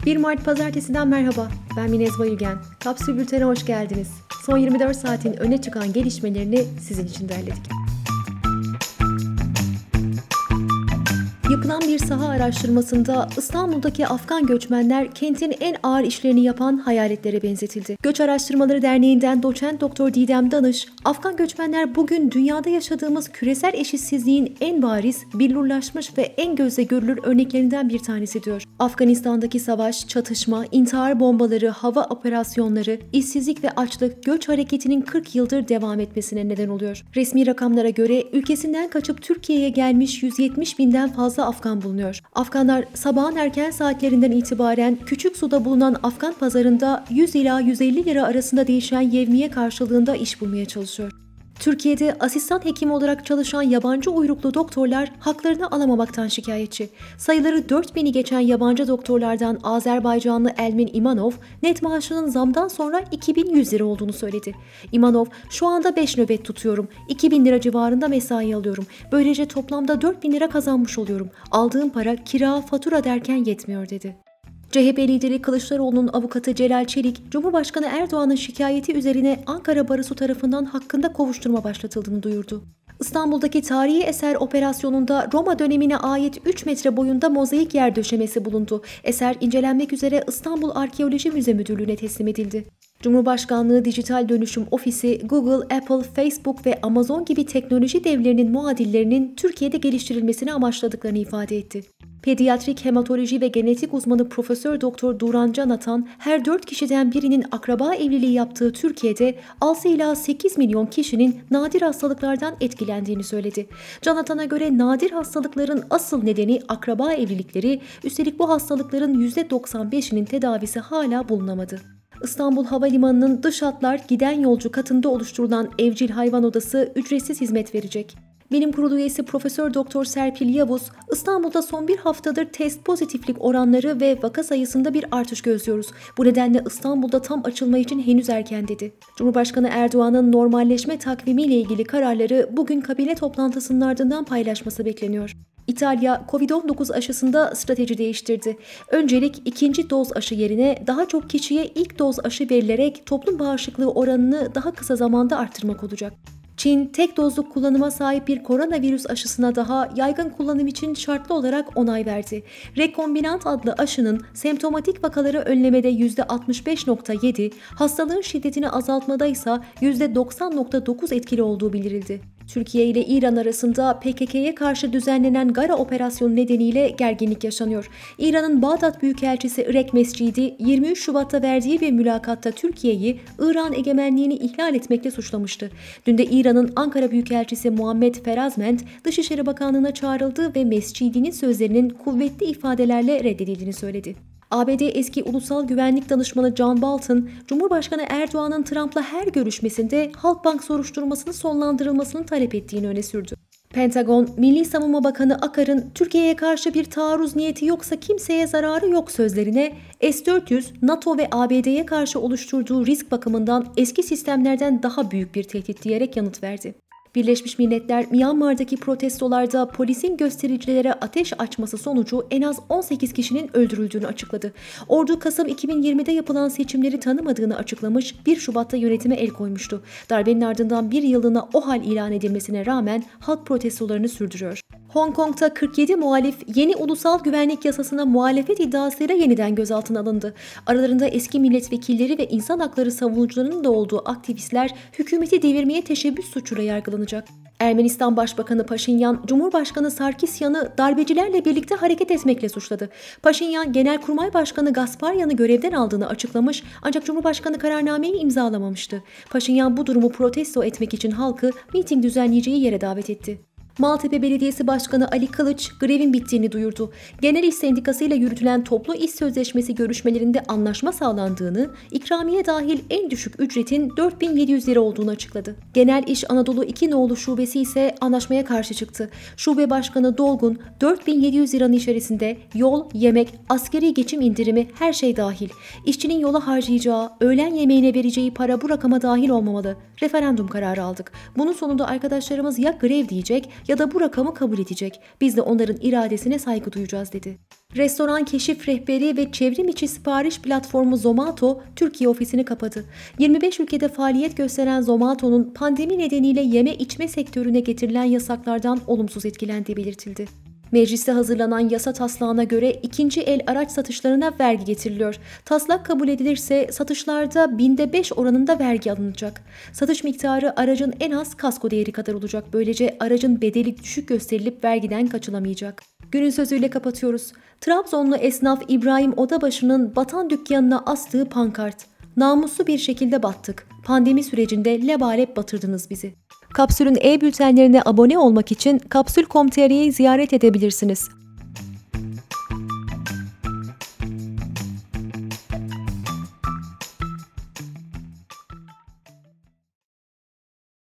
1 Mart Pazartesi'den merhaba. Ben Minez Bayülgen. Kapsül Bülten'e hoş geldiniz. Son 24 saatin öne çıkan gelişmelerini sizin için derledik. Yapılan bir saha araştırmasında İstanbul'daki Afgan göçmenler kentin en ağır işlerini yapan hayaletlere benzetildi. Göç Araştırmaları Derneği'nden doçent doktor Didem Danış, Afgan göçmenler bugün dünyada yaşadığımız küresel eşitsizliğin en bariz, billurlaşmış ve en gözle görülür örneklerinden bir tanesi diyor. Afganistan'daki savaş, çatışma, intihar bombaları, hava operasyonları, işsizlik ve açlık göç hareketinin 40 yıldır devam etmesine neden oluyor. Resmi rakamlara göre ülkesinden kaçıp Türkiye'ye gelmiş 170 binden fazla Afgan bulunuyor. Afganlar sabahın erken saatlerinden itibaren Küçüksu'da bulunan Afgan pazarında 100 ila 150 lira arasında değişen yevmiye karşılığında iş bulmaya çalışıyor. Türkiye'de asistan hekim olarak çalışan yabancı uyruklu doktorlar haklarını alamamaktan şikayetçi. Sayıları 4000'i geçen yabancı doktorlardan Azerbaycanlı Elmin İmanov, net maaşının zamdan sonra 2100 lira olduğunu söyledi. İmanov, şu anda 5 nöbet tutuyorum, 2000 lira civarında mesai alıyorum. Böylece toplamda 4000 lira kazanmış oluyorum. Aldığım para kira, fatura derken yetmiyor dedi. CHP lideri Kılıçdaroğlu'nun avukatı Celal Çelik, Cumhurbaşkanı Erdoğan'ın şikayeti üzerine Ankara Barosu tarafından hakkında kovuşturma başlatıldığını duyurdu. İstanbul'daki tarihi eser operasyonunda Roma dönemine ait 3 metre boyunda mozaik yer döşemesi bulundu. Eser incelenmek üzere İstanbul Arkeoloji Müze Müdürlüğü'ne teslim edildi. Cumhurbaşkanlığı Dijital Dönüşüm Ofisi, Google, Apple, Facebook ve Amazon gibi teknoloji devlerinin muadillerinin Türkiye'de geliştirilmesini amaçladıklarını ifade etti. Pediatrik hematoloji ve genetik uzmanı Profesör Doktor Duran Can Atan, her 4 kişiden birinin akraba evliliği yaptığı Türkiye'de 6 ila 8 milyon kişinin nadir hastalıklardan etkilendiğini söyledi. Can Atan'a göre nadir hastalıkların asıl nedeni akraba evlilikleri, üstelik bu hastalıkların %95'inin tedavisi hala bulunamadı. İstanbul Havalimanı'nın dış hatlar giden yolcu katında oluşturulan evcil hayvan odası ücretsiz hizmet verecek. Bilim Kurulu üyesi Profesör Doktor Serpil Yavuz, İstanbul'da son bir haftadır test pozitiflik oranları ve vaka sayısında bir artış gözlüyoruz. Bu nedenle İstanbul'da tam açılma için henüz erken dedi. Cumhurbaşkanı Erdoğan'ın normalleşme takvimiyle ilgili kararları bugün kabine toplantısının ardından paylaşması bekleniyor. İtalya, Covid-19 aşısında strateji değiştirdi. Öncelik ikinci doz aşı yerine daha çok kişiye ilk doz aşı verilerek toplum bağışıklığı oranını daha kısa zamanda arttırmak olacak. Çin, tek dozluk kullanıma sahip bir koronavirüs aşısına daha yaygın kullanım için şartlı olarak onay verdi. Rekombinant adlı aşının semptomatik vakaları önlemede %65.7, hastalığın şiddetini azaltmada ise %90.9 etkili olduğu bildirildi. Türkiye ile İran arasında PKK'ye karşı düzenlenen Gara operasyonu nedeniyle gerginlik yaşanıyor. İran'ın Bağdat Büyükelçisi İrek Mescidi 23 Şubat'ta verdiği bir mülakatta Türkiye'yi İran egemenliğini ihlal etmekle suçlamıştı. Dün de İran'ın Ankara Büyükelçisi Muhammed Ferazment Dışişleri Bakanlığı'na çağrıldı ve Mescidi'nin sözlerinin kuvvetli ifadelerle reddedildiğini söyledi. ABD eski Ulusal Güvenlik Danışmanı John Bolton, Cumhurbaşkanı Erdoğan'ın Trump'la her görüşmesinde Halkbank soruşturmasının sonlandırılmasını talep ettiğini öne sürdü. Pentagon, Milli Savunma Bakanı Akar'ın Türkiye'ye karşı bir taarruz niyeti yoksa kimseye zararı yok sözlerine S-400, NATO ve ABD'ye karşı oluşturduğu risk bakımından eski sistemlerden daha büyük bir tehdit diyerek yanıt verdi. Birleşmiş Milletler, Myanmar'daki protestolarda polisin göstericilere ateş açması sonucu en az 18 kişinin öldürüldüğünü açıkladı. Ordu, Kasım 2020'de yapılan seçimleri tanımadığını açıklamış, 1 Şubat'ta yönetime el koymuştu. Darbenin ardından bir yıllığına OHAL ilan edilmesine rağmen halk protestolarını sürdürüyor. Hong Kong'ta 47 muhalif yeni ulusal güvenlik yasasına muhalefet iddiasıyla yeniden gözaltına alındı. Aralarında eski milletvekilleri ve insan hakları savunucularının da olduğu aktivistler hükümeti devirmeye teşebbüs suçuyla yargılanacak. Ermenistan Başbakanı Paşinyan, Cumhurbaşkanı Sarkisyan'ı darbecilerle birlikte hareket etmekle suçladı. Paşinyan, Genelkurmay Başkanı Gasparyan'ı görevden aldığını açıklamış ancak Cumhurbaşkanı kararnameyi imzalamamıştı. Paşinyan bu durumu protesto etmek için halkı miting düzenleyeceği yere davet etti. Maltepe Belediyesi Başkanı Ali Kılıç grevin bittiğini duyurdu. Genel İş Sendikası ile yürütülen toplu iş sözleşmesi görüşmelerinde anlaşma sağlandığını, ikramiye dahil en düşük ücretin 4.700 lira olduğunu açıkladı. Genel İş Anadolu 2 Nolu Şubesi ise anlaşmaya karşı çıktı. Şube Başkanı Dolgun, 4.700 liranın içerisinde yol, yemek, askeri geçim indirimi her şey dahil. İşçinin yola harcayacağı, öğlen yemeğine vereceği para bu rakama dahil olmamalı. Referandum kararı aldık. Bunun sonunda arkadaşlarımız ya grev diyecek ya da bu rakamı kabul edecek. Biz de onların iradesine saygı duyacağız dedi. Restoran keşif rehberi ve çevrim içi sipariş platformu Zomato, Türkiye ofisini kapadı. 25 ülkede faaliyet gösteren Zomato'nun pandemi nedeniyle yeme içme sektörüne getirilen yasaklardan olumsuz etkilendiği belirtildi. Mecliste hazırlanan yasa taslağına göre ikinci el araç satışlarına vergi getiriliyor. Taslak kabul edilirse satışlarda 5% oranında vergi alınacak. Satış miktarı aracın en az kasko değeri kadar olacak. Böylece aracın bedeli düşük gösterilip vergiden kaçılamayacak. Günün sözüyle kapatıyoruz. Trabzonlu esnaf İbrahim Odabaşı'nın batan dükkanına astığı pankart. Namuslu bir şekilde battık. Pandemi sürecinde lebalep batırdınız bizi. Kapsül'ün e-bültenlerine abone olmak için Kapsül.com.tr'yi ziyaret edebilirsiniz.